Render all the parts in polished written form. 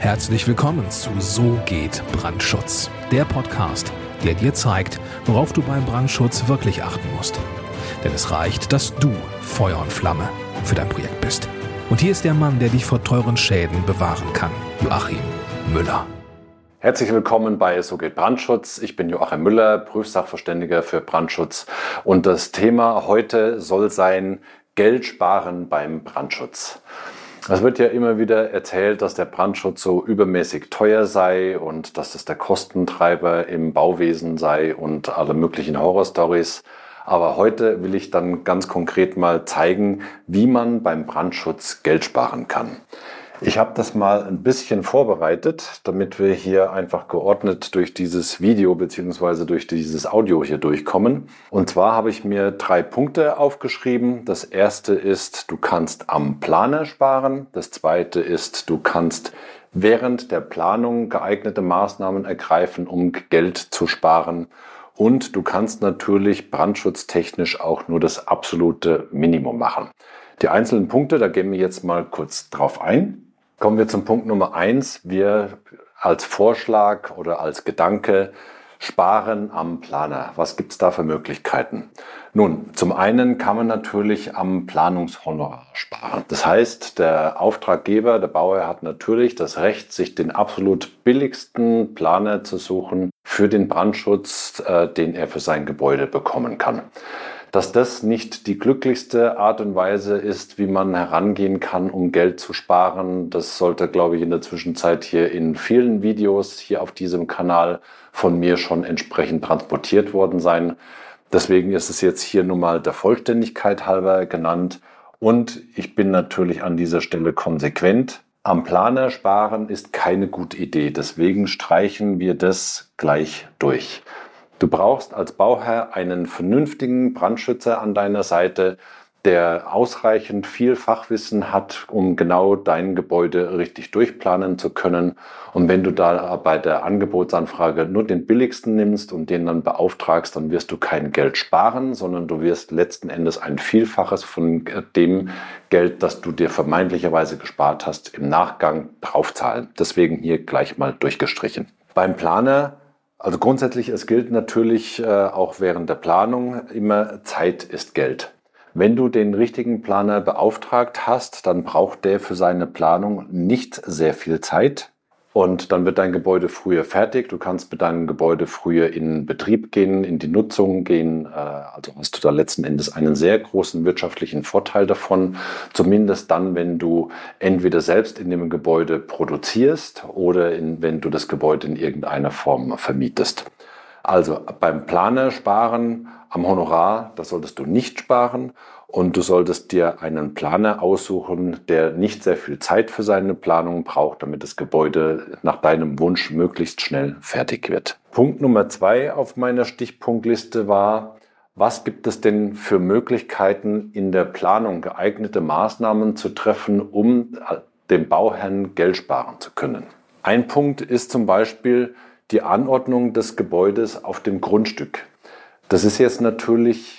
Herzlich willkommen zu So geht Brandschutz, der Podcast, der dir zeigt, worauf du beim Brandschutz wirklich achten musst. Denn es reicht, dass du Feuer und Flamme für dein Projekt bist. Und hier ist der Mann, der dich vor teuren Schäden bewahren kann, Joachim Müller. Herzlich willkommen bei So geht Brandschutz. Ich bin Joachim Müller, Prüfsachverständiger für Brandschutz. Und das Thema heute soll sein Geld sparen beim Brandschutz. Es wird ja immer wieder erzählt, dass der Brandschutz so übermäßig teuer sei und dass es der Kostentreiber im Bauwesen sei und alle möglichen Horrorstories. Aber heute will ich dann ganz konkret mal zeigen, wie man beim Brandschutz Geld sparen kann. Ich habe das mal ein bisschen vorbereitet, damit wir hier einfach geordnet durch dieses Video bzw. durch dieses Audio hier durchkommen. Und zwar habe ich mir 3 Punkte aufgeschrieben. Das erste ist, du kannst am Planer sparen. Das zweite ist, du kannst während der Planung geeignete Maßnahmen ergreifen, um Geld zu sparen. Und du kannst natürlich brandschutztechnisch auch nur das absolute Minimum machen. Die einzelnen Punkte, da gehen wir jetzt mal kurz drauf ein. Kommen wir zum Punkt Nummer 1. Wir als Vorschlag oder als Gedanke sparen am Planer. Was gibt es da für Möglichkeiten? Nun, zum einen kann man natürlich am Planungshonorar sparen. Das heißt, der Auftraggeber, der Bauherr hat natürlich das Recht, sich den absolut billigsten Planer zu suchen für den Brandschutz, den er für sein Gebäude bekommen kann. Dass das nicht die glücklichste Art und Weise ist, wie man herangehen kann, um Geld zu sparen, das sollte, glaube ich, in der Zwischenzeit hier in vielen Videos hier auf diesem Kanal von mir schon entsprechend transportiert worden sein. Deswegen ist es jetzt hier nun mal der Vollständigkeit halber genannt. Und ich bin natürlich an dieser Stelle konsequent. Am Planer sparen ist keine gute Idee. Deswegen streichen wir das gleich durch. Du brauchst als Bauherr einen vernünftigen Brandschützer an deiner Seite, der ausreichend viel Fachwissen hat, um genau dein Gebäude richtig durchplanen zu können. Und wenn du da bei der Angebotsanfrage nur den billigsten nimmst und den dann beauftragst, dann wirst du kein Geld sparen, sondern du wirst letzten Endes ein Vielfaches von dem Geld, das du dir vermeintlicherweise gespart hast, im Nachgang draufzahlen. Deswegen hier gleich mal durchgestrichen. Beim Planer, also grundsätzlich, es gilt natürlich auch während der Planung immer, Zeit ist Geld. Wenn du den richtigen Planer beauftragt hast, dann braucht der für seine Planung nicht sehr viel Zeit. Und dann wird dein Gebäude früher fertig. Du kannst mit deinem Gebäude früher in Betrieb gehen, in die Nutzung gehen. Also hast du da letzten Endes einen sehr großen wirtschaftlichen Vorteil davon. Zumindest dann, wenn du entweder selbst in dem Gebäude produzierst oder wenn du das Gebäude in irgendeiner Form vermietest. Also beim Planer sparen am Honorar, das solltest du nicht sparen. Und du solltest dir einen Planer aussuchen, der nicht sehr viel Zeit für seine Planung braucht, damit das Gebäude nach deinem Wunsch möglichst schnell fertig wird. Punkt Nummer 2 auf meiner Stichpunktliste war, was gibt es denn für Möglichkeiten in der Planung, geeignete Maßnahmen zu treffen, um dem Bauherrn Geld sparen zu können? Ein Punkt ist zum Beispiel die Anordnung des Gebäudes auf dem Grundstück. Das ist jetzt natürlich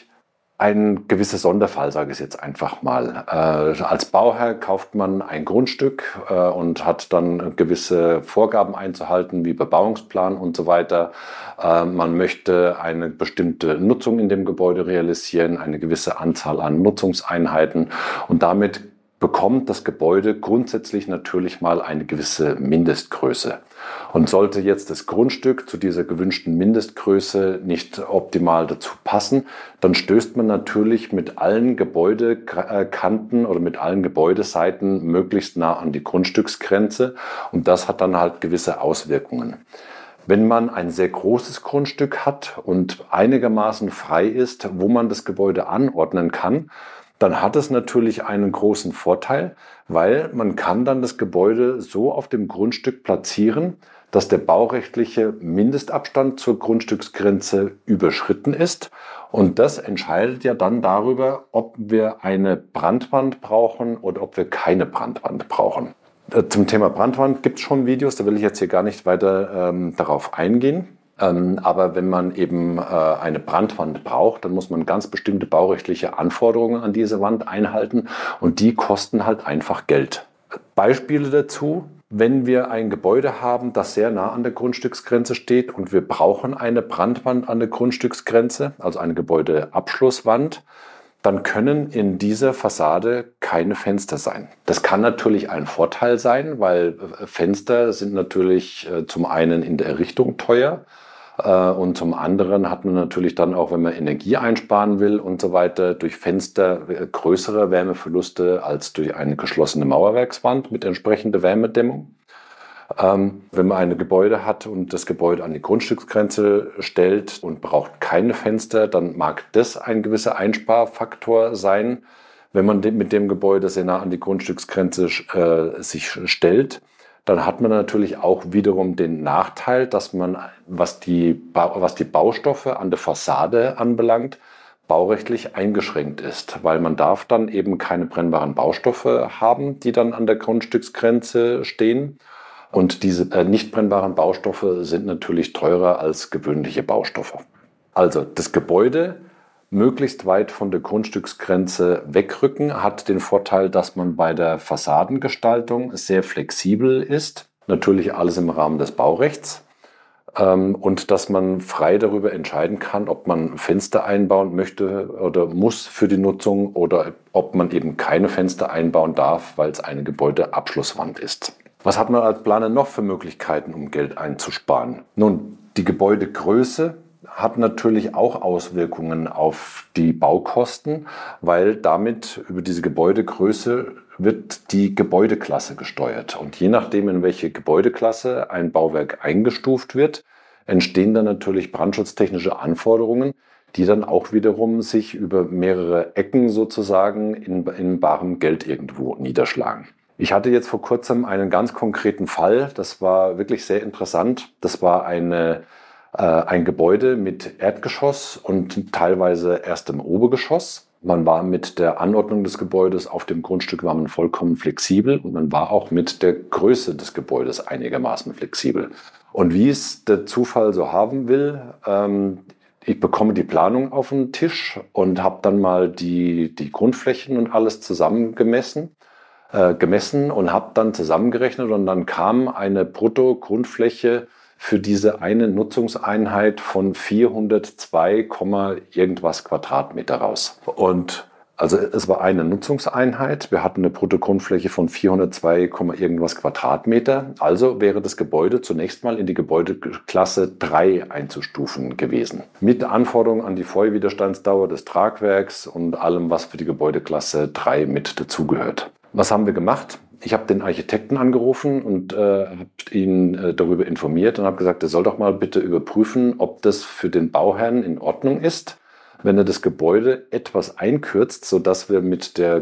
ein gewisser Sonderfall, sage ich jetzt einfach mal. Als Bauherr kauft man ein Grundstück und hat dann gewisse Vorgaben einzuhalten, wie Bebauungsplan und so weiter. Man möchte eine bestimmte Nutzung in dem Gebäude realisieren, eine gewisse Anzahl an Nutzungseinheiten, und damit bekommt das Gebäude grundsätzlich natürlich mal eine gewisse Mindestgröße. Und sollte jetzt das Grundstück zu dieser gewünschten Mindestgröße nicht optimal dazu passen, dann stößt man natürlich mit allen Gebäudekanten oder mit allen Gebäudeseiten möglichst nah an die Grundstücksgrenze, und das hat dann halt gewisse Auswirkungen. Wenn man ein sehr großes Grundstück hat und einigermaßen frei ist, wo man das Gebäude anordnen kann, dann hat es natürlich einen großen Vorteil, weil man kann dann das Gebäude so auf dem Grundstück platzieren, dass der baurechtliche Mindestabstand zur Grundstücksgrenze überschritten ist. Und das entscheidet ja dann darüber, ob wir eine Brandwand brauchen oder ob wir keine Brandwand brauchen. Zum Thema Brandwand gibt es schon Videos, da will ich jetzt hier gar nicht weiter darauf eingehen. Aber wenn man eben eine Brandwand braucht, dann muss man ganz bestimmte baurechtliche Anforderungen an diese Wand einhalten, und die kosten halt einfach Geld. Beispiele dazu: Wenn wir ein Gebäude haben, das sehr nah an der Grundstücksgrenze steht und wir brauchen eine Brandwand an der Grundstücksgrenze, also eine Gebäudeabschlusswand, dann können in dieser Fassade keine Fenster sein. Das kann natürlich ein Vorteil sein, weil Fenster sind natürlich zum einen in der Errichtung teuer und zum anderen hat man natürlich dann auch, wenn man Energie einsparen will und so weiter, durch Fenster größere Wärmeverluste als durch eine geschlossene Mauerwerkswand mit entsprechender Wärmedämmung. Wenn man ein Gebäude hat und das Gebäude an die Grundstücksgrenze stellt und braucht keine Fenster, dann mag das ein gewisser Einsparfaktor sein. Wenn man mit dem Gebäude sehr nah an die Grundstücksgrenze sich stellt, dann hat man natürlich auch wiederum den Nachteil, dass man, was die Baustoffe an der Fassade anbelangt, baurechtlich eingeschränkt ist, weil man darf dann eben keine brennbaren Baustoffe haben, die dann an der Grundstücksgrenze stehen. Und diese nicht brennbaren Baustoffe sind natürlich teurer als gewöhnliche Baustoffe. Also das Gebäude möglichst weit von der Grundstücksgrenze wegrücken hat den Vorteil, dass man bei der Fassadengestaltung sehr flexibel ist. Natürlich alles im Rahmen des Baurechts. Und dass man frei darüber entscheiden kann, ob man Fenster einbauen möchte oder muss für die Nutzung oder ob man eben keine Fenster einbauen darf, weil es eine Gebäudeabschlusswand ist. Was hat man als Planer noch für Möglichkeiten, um Geld einzusparen? Nun, die Gebäudegröße hat natürlich auch Auswirkungen auf die Baukosten, weil damit über diese Gebäudegröße wird die Gebäudeklasse gesteuert. Und je nachdem, in welche Gebäudeklasse ein Bauwerk eingestuft wird, entstehen dann natürlich brandschutztechnische Anforderungen, die dann auch wiederum sich über mehrere Ecken sozusagen in barem Geld irgendwo niederschlagen. Ich hatte jetzt vor kurzem einen ganz konkreten Fall, das war wirklich sehr interessant. Das war ein Gebäude mit Erdgeschoss und teilweise erstem Obergeschoss. Man war mit der Anordnung des Gebäudes auf dem Grundstück war man vollkommen flexibel und man war auch mit der Größe des Gebäudes einigermaßen flexibel. Und wie es der Zufall so haben will, ich bekomme die Planung auf den Tisch und habe dann mal die Grundflächen und alles gemessen und habe dann zusammengerechnet und dann kam eine Brutto-Grundfläche für diese eine Nutzungseinheit von 402, irgendwas Quadratmeter raus. Und also es war eine Nutzungseinheit. Wir hatten eine Brutto-Grundfläche von 402, irgendwas Quadratmeter. Also wäre das Gebäude zunächst mal in die Gebäudeklasse 3 einzustufen gewesen. Mit Anforderungen an die Feuerwiderstandsdauer des Tragwerks und allem, was für die Gebäudeklasse 3 mit dazugehört. Was haben wir gemacht? Ich habe den Architekten angerufen und habe ihn darüber informiert und habe gesagt, er soll doch mal bitte überprüfen, ob das für den Bauherrn in Ordnung ist, wenn er das Gebäude etwas einkürzt, sodass wir mit der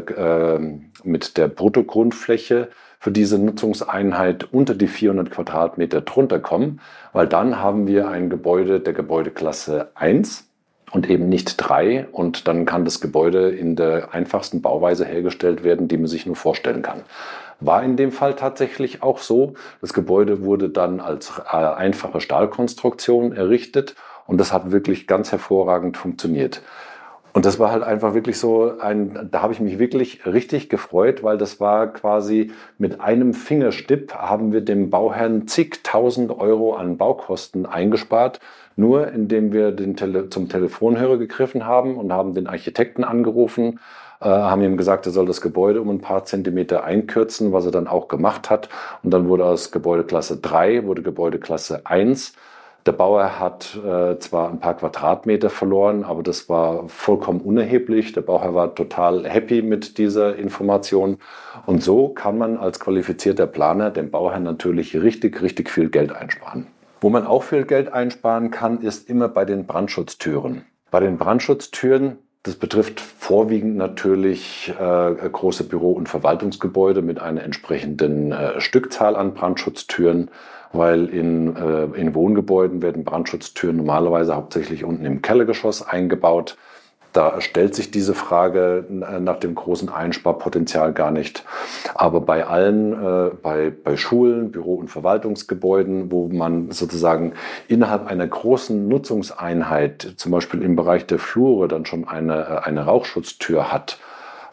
Bruttogrundfläche für diese Nutzungseinheit unter die 400 Quadratmeter drunter kommen, weil dann haben wir ein Gebäude der Gebäudeklasse 1 und eben nicht 3 und dann kann das Gebäude in der einfachsten Bauweise hergestellt werden, die man sich nur vorstellen kann. War in dem Fall tatsächlich auch so. Das Gebäude wurde dann als einfache Stahlkonstruktion errichtet und das hat wirklich ganz hervorragend funktioniert. Und das war halt einfach wirklich so da habe ich mich wirklich richtig gefreut, weil das war quasi mit einem Fingerstipp haben wir dem Bauherrn zigtausend Euro an Baukosten eingespart, nur indem wir zum Telefonhörer gegriffen haben und haben den Architekten angerufen, haben ihm gesagt, er soll das Gebäude um ein paar Zentimeter einkürzen, was er dann auch gemacht hat. Und dann wurde aus Gebäudeklasse 3 wurde Gebäudeklasse 1. Der Bauer hat zwar ein paar Quadratmeter verloren, aber das war vollkommen unerheblich. Der Bauherr war total happy mit dieser Information. Und so kann man als qualifizierter Planer dem Bauherrn natürlich richtig, richtig viel Geld einsparen. Wo man auch viel Geld einsparen kann, ist immer bei den Brandschutztüren. Bei den Brandschutztüren, das betrifft vorwiegend natürlich große Büro- und Verwaltungsgebäude mit einer entsprechenden Stückzahl an Brandschutztüren, weil in Wohngebäuden werden Brandschutztüren normalerweise hauptsächlich unten im Kellergeschoss eingebaut. Da stellt sich diese Frage nach dem großen Einsparpotenzial gar nicht. Aber bei bei Schulen, Büro- und Verwaltungsgebäuden, wo man sozusagen innerhalb einer großen Nutzungseinheit, zum Beispiel im Bereich der Flure, dann schon eine Rauchschutztür hat,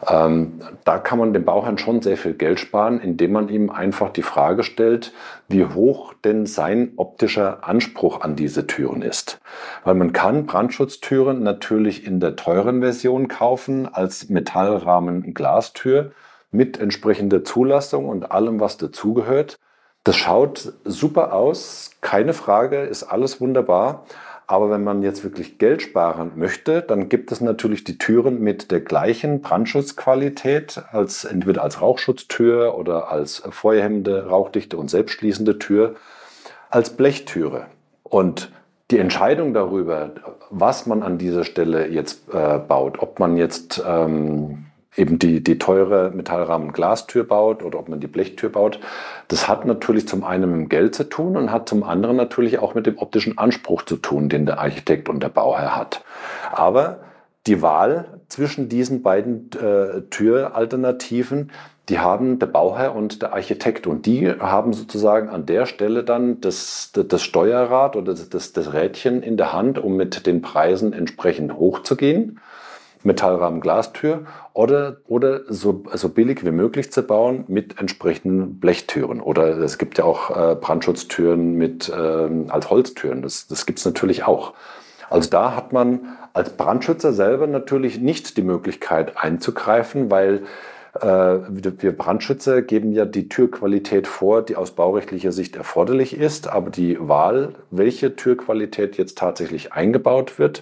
Da kann man dem Bauherrn schon sehr viel Geld sparen, indem man ihm einfach die Frage stellt, wie hoch denn sein optischer Anspruch an diese Türen ist. Weil man kann Brandschutztüren natürlich in der teuren Version kaufen als Metallrahmen-Glastür mit entsprechender Zulassung und allem, was dazugehört. Das schaut super aus, keine Frage, ist alles wunderbar. Aber wenn man jetzt wirklich Geld sparen möchte, dann gibt es natürlich die Türen mit der gleichen Brandschutzqualität, entweder als Rauchschutztür oder als feuerhemmende, rauchdichte und selbstschließende Tür, als Blechtüre. Und die Entscheidung darüber, was man an dieser Stelle jetzt baut, ob man jetzt eben die teure Metallrahmen-Glastür baut oder ob man die Blechtür baut, das hat natürlich zum einen mit dem Geld zu tun und hat zum anderen natürlich auch mit dem optischen Anspruch zu tun, den der Architekt und der Bauherr hat. Aber die Wahl zwischen diesen beiden Türalternativen, die haben der Bauherr und der Architekt, und die haben sozusagen an der Stelle dann das Steuerrad oder das Rädchen in der Hand, um mit den Preisen entsprechend hochzugehen. Metallrahmen-Glastür oder so billig wie möglich zu bauen mit entsprechenden Blechtüren. Oder es gibt ja auch Brandschutztüren als Holztüren. Das gibt es natürlich auch. Also da hat man als Brandschützer selber natürlich nicht die Möglichkeit einzugreifen, weil wir Brandschützer geben ja die Türqualität vor, die aus baurechtlicher Sicht erforderlich ist, aber die Wahl, welche Türqualität jetzt tatsächlich eingebaut wird,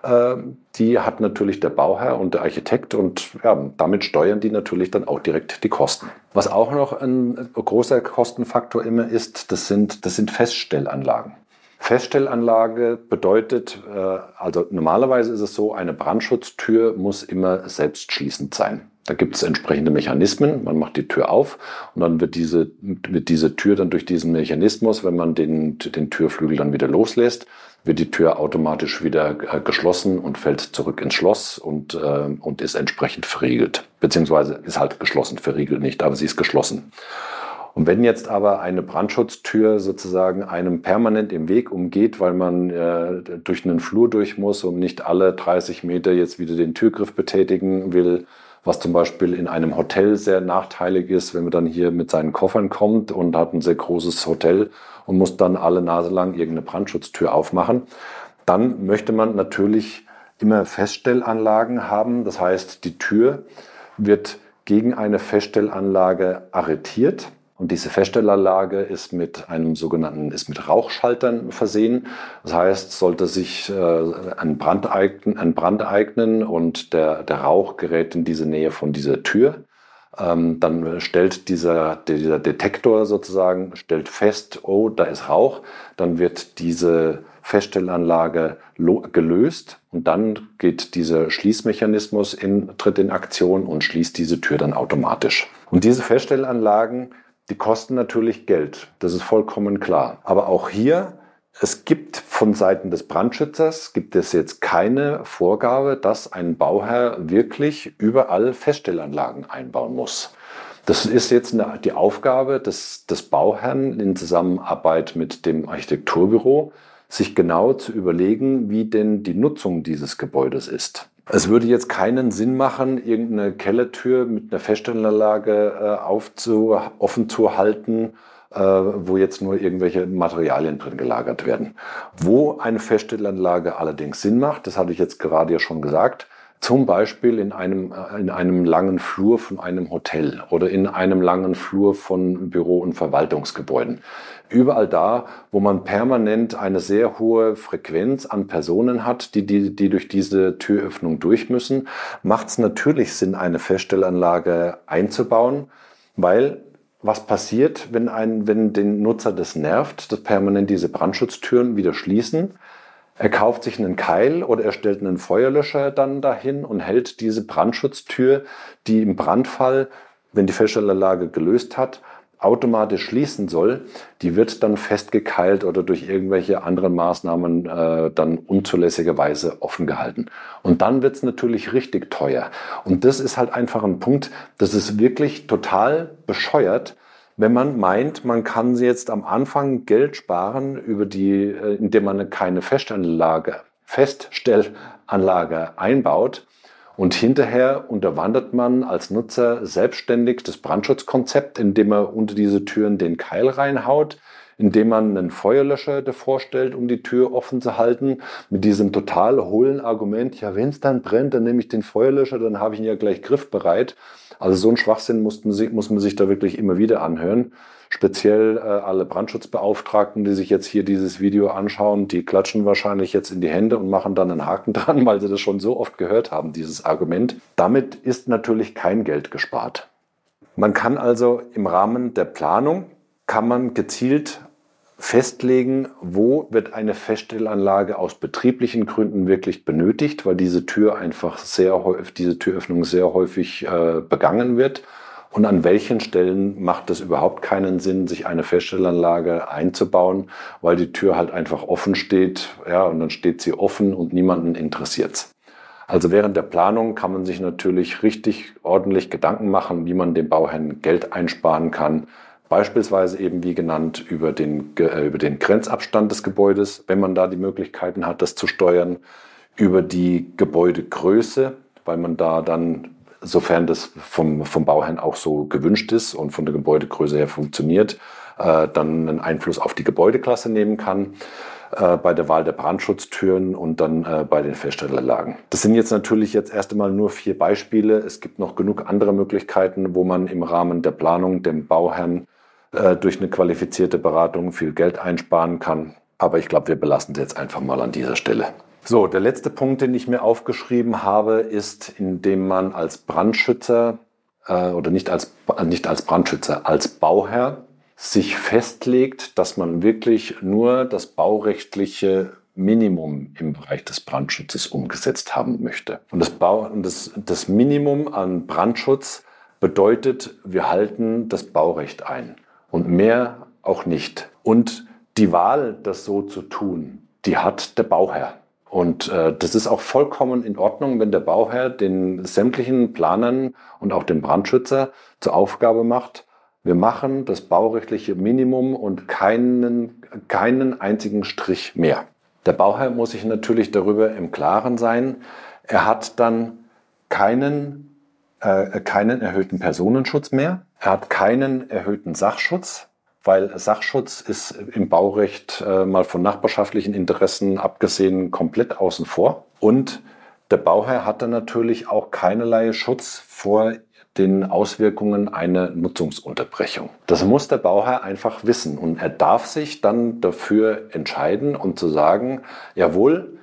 die hat natürlich der Bauherr und der Architekt, und ja, damit steuern die natürlich dann auch direkt die Kosten. Was auch noch ein großer Kostenfaktor immer ist, das sind Feststellanlagen. Feststellanlage bedeutet, also normalerweise ist es so, eine Brandschutztür muss immer selbstschließend sein. Da gibt es entsprechende Mechanismen, man macht die Tür auf und dann wird diese Tür dann durch diesen Mechanismus, wenn man den Türflügel dann wieder loslässt, wird die Tür automatisch wieder geschlossen und fällt zurück ins Schloss und ist entsprechend verriegelt. Beziehungsweise ist halt geschlossen, verriegelt nicht, aber sie ist geschlossen. Und wenn jetzt aber eine Brandschutztür sozusagen einem permanent im Weg umgeht, weil man durch einen Flur durch muss und nicht alle 30 Meter jetzt wieder den Türgriff betätigen will, was zum Beispiel in einem Hotel sehr nachteilig ist, wenn man dann hier mit seinen Koffern kommt und hat ein sehr großes Hotel und muss dann alle Nase lang irgendeine Brandschutztür aufmachen, dann möchte man natürlich immer Feststellanlagen haben. Das heißt, die Tür wird gegen eine Feststellanlage arretiert. Und diese Feststellanlage ist mit Rauchschaltern versehen. Das heißt, sollte sich ein Brand eignen und der Rauch gerät in diese Nähe von dieser Tür, dann stellt dieser Detektor sozusagen fest, oh, da ist Rauch. Dann wird diese Feststellanlage gelöst und dann geht dieser Schließmechanismus tritt in Aktion und schließt diese Tür dann automatisch. Und diese Feststellanlagen, die kosten natürlich Geld, das ist vollkommen klar. Aber auch hier, es gibt von Seiten des Brandschützers, gibt es jetzt keine Vorgabe, dass ein Bauherr wirklich überall Feststellanlagen einbauen muss. Das ist jetzt die Aufgabe des Bauherrn in Zusammenarbeit mit dem Architekturbüro, sich genau zu überlegen, wie denn die Nutzung dieses Gebäudes ist. Es würde jetzt keinen Sinn machen, irgendeine Kellertür mit einer Feststellanlage offen zu halten, wo jetzt nur irgendwelche Materialien drin gelagert werden. Wo eine Feststellanlage allerdings Sinn macht, das hatte ich jetzt gerade ja schon gesagt, zum Beispiel in einem langen Flur von einem Hotel oder in einem langen Flur von Büro- und Verwaltungsgebäuden. Überall da, wo man permanent eine sehr hohe Frequenz an Personen hat, die durch diese Türöffnung durch müssen, macht es natürlich Sinn, eine Feststellanlage einzubauen, weil was passiert, wenn den Nutzer das nervt, dass permanent diese Brandschutztüren wieder schließen? Er kauft sich einen Keil oder er stellt einen Feuerlöscher dann dahin und hält diese Brandschutztür, die im Brandfall, wenn die Feststellanlage gelöst hat, automatisch schließen soll, die wird dann festgekeilt oder durch irgendwelche anderen Maßnahmen dann unzulässigerweise offen gehalten. Und dann wird es natürlich richtig teuer. Und das ist halt einfach ein Punkt, das ist wirklich total bescheuert, wenn man meint, man kann jetzt am Anfang Geld sparen, indem man keine Feststellanlage einbaut. Und hinterher unterwandert man als Nutzer selbstständig das Brandschutzkonzept, indem man unter diese Türen den Keil reinhaut, indem man einen Feuerlöscher davor stellt, um die Tür offen zu halten, mit diesem total hohlen Argument, ja, wenn es dann brennt, dann nehme ich den Feuerlöscher, dann habe ich ihn ja gleich griffbereit. Also so einen Schwachsinn muss man sich da wirklich immer wieder anhören. Speziell alle Brandschutzbeauftragten, die sich jetzt hier dieses Video anschauen, die klatschen wahrscheinlich jetzt in die Hände und machen dann einen Haken dran, weil sie das schon so oft gehört haben, dieses Argument. Damit ist natürlich kein Geld gespart. Man kann also im Rahmen der Planung, kann man gezielt festlegen, wo wird eine Feststellanlage aus betrieblichen Gründen wirklich benötigt, weil diese Türöffnung sehr häufig begangen wird. Und an welchen Stellen macht es überhaupt keinen Sinn, sich eine Feststellanlage einzubauen, weil die Tür halt einfach offen steht, ja, und dann steht sie offen und niemanden interessiert's. Also während der Planung kann man sich natürlich richtig ordentlich Gedanken machen, wie man dem Bauherrn Geld einsparen kann. Beispielsweise eben, wie genannt, über den Grenzabstand des Gebäudes, wenn man da die Möglichkeiten hat, das zu steuern, über die Gebäudegröße, weil man da dann, sofern das vom Bauherrn auch so gewünscht ist und von der Gebäudegröße her funktioniert, dann einen Einfluss auf die Gebäudeklasse nehmen kann, bei der Wahl der Brandschutztüren und dann bei den Feststellanlagen. Das sind jetzt natürlich erst einmal nur 4 Beispiele. Es gibt noch genug andere Möglichkeiten, wo man im Rahmen der Planung dem Bauherrn durch eine qualifizierte Beratung viel Geld einsparen kann. Aber ich glaube, wir belassen es jetzt einfach mal an dieser Stelle. So, der letzte Punkt, den ich mir aufgeschrieben habe, ist, indem man als Brandschützer oder nicht als Brandschützer, als Bauherr sich festlegt, dass man wirklich nur das baurechtliche Minimum im Bereich des Brandschutzes umgesetzt haben möchte. Und das Minimum an Brandschutz bedeutet, wir halten das Baurecht ein und mehr auch nicht. Und die Wahl, das so zu tun, die hat der Bauherr. Und das ist auch vollkommen in Ordnung, wenn der Bauherr den sämtlichen Planern und auch dem Brandschützer zur Aufgabe macht, wir machen das baurechtliche Minimum und keinen einzigen Strich mehr. Der Bauherr muss sich natürlich darüber im Klaren sein, er hat dann keinen erhöhten Personenschutz mehr, er hat keinen erhöhten Sachschutz, weil Sachschutz ist im Baurecht mal von nachbarschaftlichen Interessen abgesehen komplett außen vor. Und der Bauherr hat dann natürlich auch keinerlei Schutz vor den Auswirkungen einer Nutzungsunterbrechung. Das muss der Bauherr einfach wissen und er darf sich dann dafür entscheiden und zu sagen, jawohl,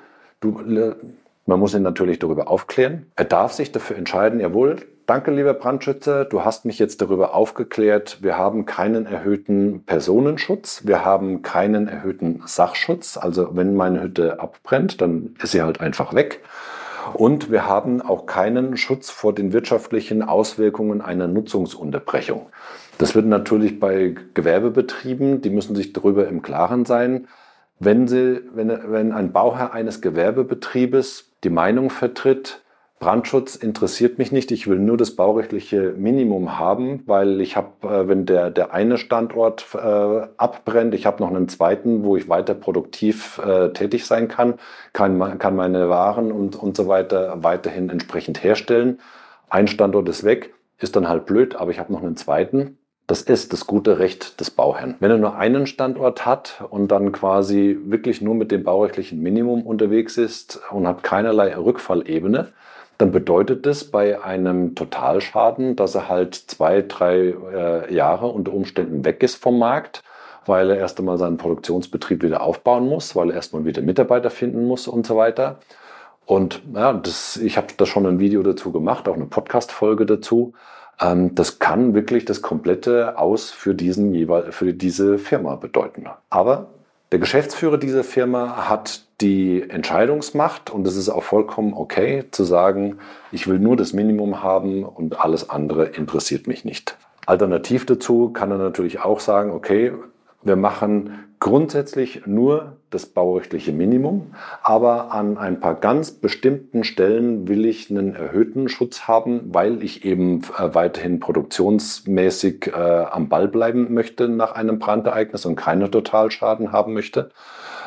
man muss ihn natürlich darüber aufklären, er darf sich dafür entscheiden, jawohl, danke lieber Brandschützer, du hast mich jetzt darüber aufgeklärt, wir haben keinen erhöhten Personenschutz, wir haben keinen erhöhten Sachschutz, also wenn meine Hütte abbrennt, dann ist sie halt einfach weg. Und wir haben auch keinen Schutz vor den wirtschaftlichen Auswirkungen einer Nutzungsunterbrechung. Das wird natürlich bei Gewerbebetrieben, die müssen sich darüber im Klaren sein, wenn ein Bauherr eines Gewerbebetriebes die Meinung vertritt, Brandschutz interessiert mich nicht, ich will nur das baurechtliche Minimum haben, weil ich habe, wenn der eine Standort abbrennt, ich habe noch einen zweiten, wo ich weiter produktiv tätig sein kann meine Waren und so weiter weiterhin entsprechend herstellen. Ein Standort ist weg, ist dann halt blöd, aber ich habe noch einen zweiten. Das ist das gute Recht des Bauherrn. Wenn er nur einen Standort hat und dann quasi wirklich nur mit dem baurechtlichen Minimum unterwegs ist und hat keinerlei Rückfallebene, dann bedeutet das bei einem Totalschaden, dass er halt 2-3 Jahre unter Umständen weg ist vom Markt, weil er erst einmal seinen Produktionsbetrieb wieder aufbauen muss, weil er erstmal wieder Mitarbeiter finden muss und so weiter. Und ja, ich habe da schon ein Video dazu gemacht, auch eine Podcast-Folge dazu. Das kann wirklich das komplette Aus für diese Firma bedeuten. Aber der Geschäftsführer dieser Firma hat die Entscheidungsmacht und es ist auch vollkommen okay zu sagen, ich will nur das Minimum haben und alles andere interessiert mich nicht. Alternativ dazu kann er natürlich auch sagen, okay, wir machen grundsätzlich nur das baurechtliche Minimum, aber an ein paar ganz bestimmten Stellen will ich einen erhöhten Schutz haben, weil ich eben weiterhin produktionsmäßig am Ball bleiben möchte nach einem Brandereignis und keinen Totalschaden haben möchte.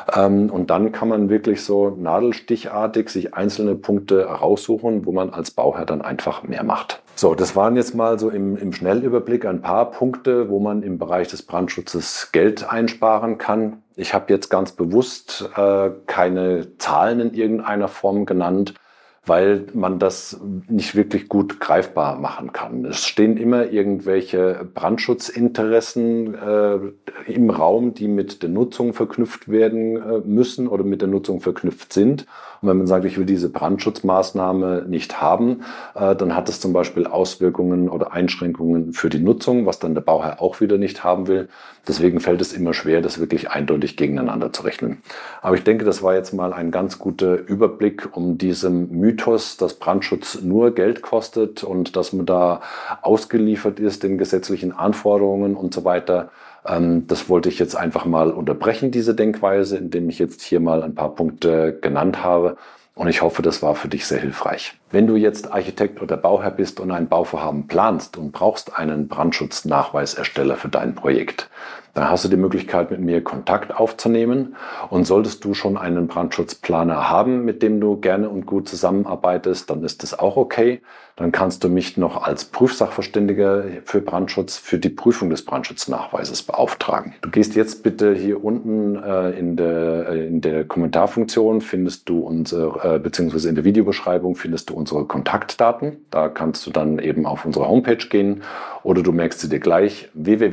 Und dann kann man wirklich so nadelstichartig sich einzelne Punkte raussuchen, wo man als Bauherr dann einfach mehr macht. So, das waren jetzt mal so im Schnellüberblick ein paar Punkte, wo man im Bereich des Brandschutzes Geld einsparen kann. Ich habe jetzt ganz bewusst keine Zahlen in irgendeiner Form genannt, weil man das nicht wirklich gut greifbar machen kann. Es stehen immer irgendwelche Brandschutzinteressen im Raum, die mit der Nutzung verknüpft werden müssen oder mit der Nutzung verknüpft sind. Und wenn man sagt, ich will diese Brandschutzmaßnahme nicht haben, dann hat es zum Beispiel Auswirkungen oder Einschränkungen für die Nutzung, was dann der Bauherr auch wieder nicht haben will. Deswegen fällt es immer schwer, das wirklich eindeutig gegeneinander zu rechnen. Aber ich denke, das war jetzt mal ein ganz guter Überblick um diesem Mythos, dass Brandschutz nur Geld kostet und dass man da ausgeliefert ist den gesetzlichen Anforderungen und so weiter. Das wollte ich jetzt einfach mal unterbrechen, diese Denkweise, indem ich jetzt hier mal ein paar Punkte genannt habe. Und ich hoffe, das war für dich sehr hilfreich. Wenn du jetzt Architekt oder Bauherr bist und ein Bauvorhaben planst und brauchst einen Brandschutznachweisersteller für dein Projekt, dann hast du die Möglichkeit, mit mir Kontakt aufzunehmen. Und solltest du schon einen Brandschutzplaner haben, mit dem du gerne und gut zusammenarbeitest, dann ist das auch okay. Dann kannst du mich noch als Prüfsachverständiger für Brandschutz für die Prüfung des Brandschutznachweises beauftragen. Du gehst jetzt bitte hier unten in der Kommentarfunktion findest du unsere, beziehungsweise in der Videobeschreibung findest du unsere Kontaktdaten. Da kannst du dann eben auf unsere Homepage gehen oder du merkst sie dir gleich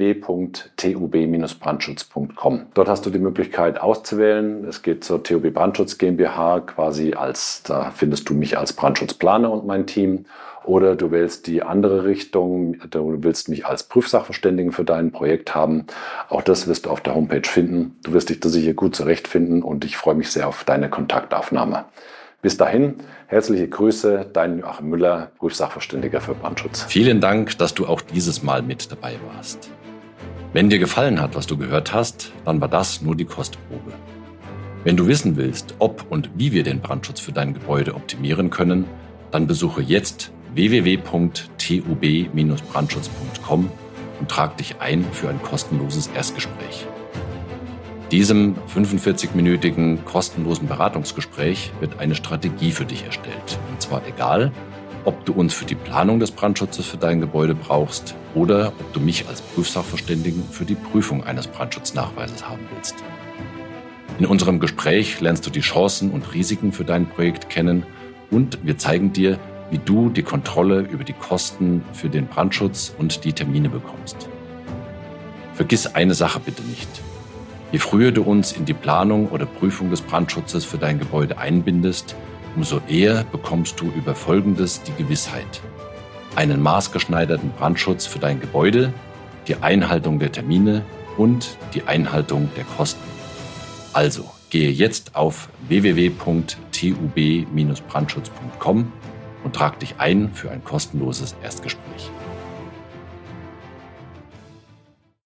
www.tub-brandschutz.com. Dort hast du die Möglichkeit auszuwählen. Es geht zur TUB Brandschutz GmbH quasi da findest du mich als Brandschutzplaner und mein Team. Oder du wählst die andere Richtung, du willst mich als Prüfsachverständigen für dein Projekt haben. Auch das wirst du auf der Homepage finden. Du wirst dich da sicher gut zurechtfinden und ich freue mich sehr auf deine Kontaktaufnahme. Bis dahin, herzliche Grüße, dein Joachim Müller, Prüfsachverständiger für Brandschutz. Vielen Dank, dass du auch dieses Mal mit dabei warst. Wenn dir gefallen hat, was du gehört hast, dann war das nur die Kostprobe. Wenn du wissen willst, ob und wie wir den Brandschutz für dein Gebäude optimieren können, dann besuche jetzt www.tub-brandschutz.com und trag dich ein für ein kostenloses Erstgespräch. Diesem 45-minütigen kostenlosen Beratungsgespräch wird eine Strategie für dich erstellt. Und zwar egal, ob du uns für die Planung des Brandschutzes für dein Gebäude brauchst oder ob du mich als Prüfsachverständigen für die Prüfung eines Brandschutznachweises haben willst. In unserem Gespräch lernst du die Chancen und Risiken für dein Projekt kennen und wir zeigen dir, wie du die Kontrolle über die Kosten für den Brandschutz und die Termine bekommst. Vergiss eine Sache bitte nicht. Je früher du uns in die Planung oder Prüfung des Brandschutzes für dein Gebäude einbindest, umso eher bekommst du über Folgendes die Gewissheit: einen maßgeschneiderten Brandschutz für dein Gebäude, die Einhaltung der Termine und die Einhaltung der Kosten. Also, gehe jetzt auf www.tub-brandschutz.com und trag dich ein für ein kostenloses Erstgespräch.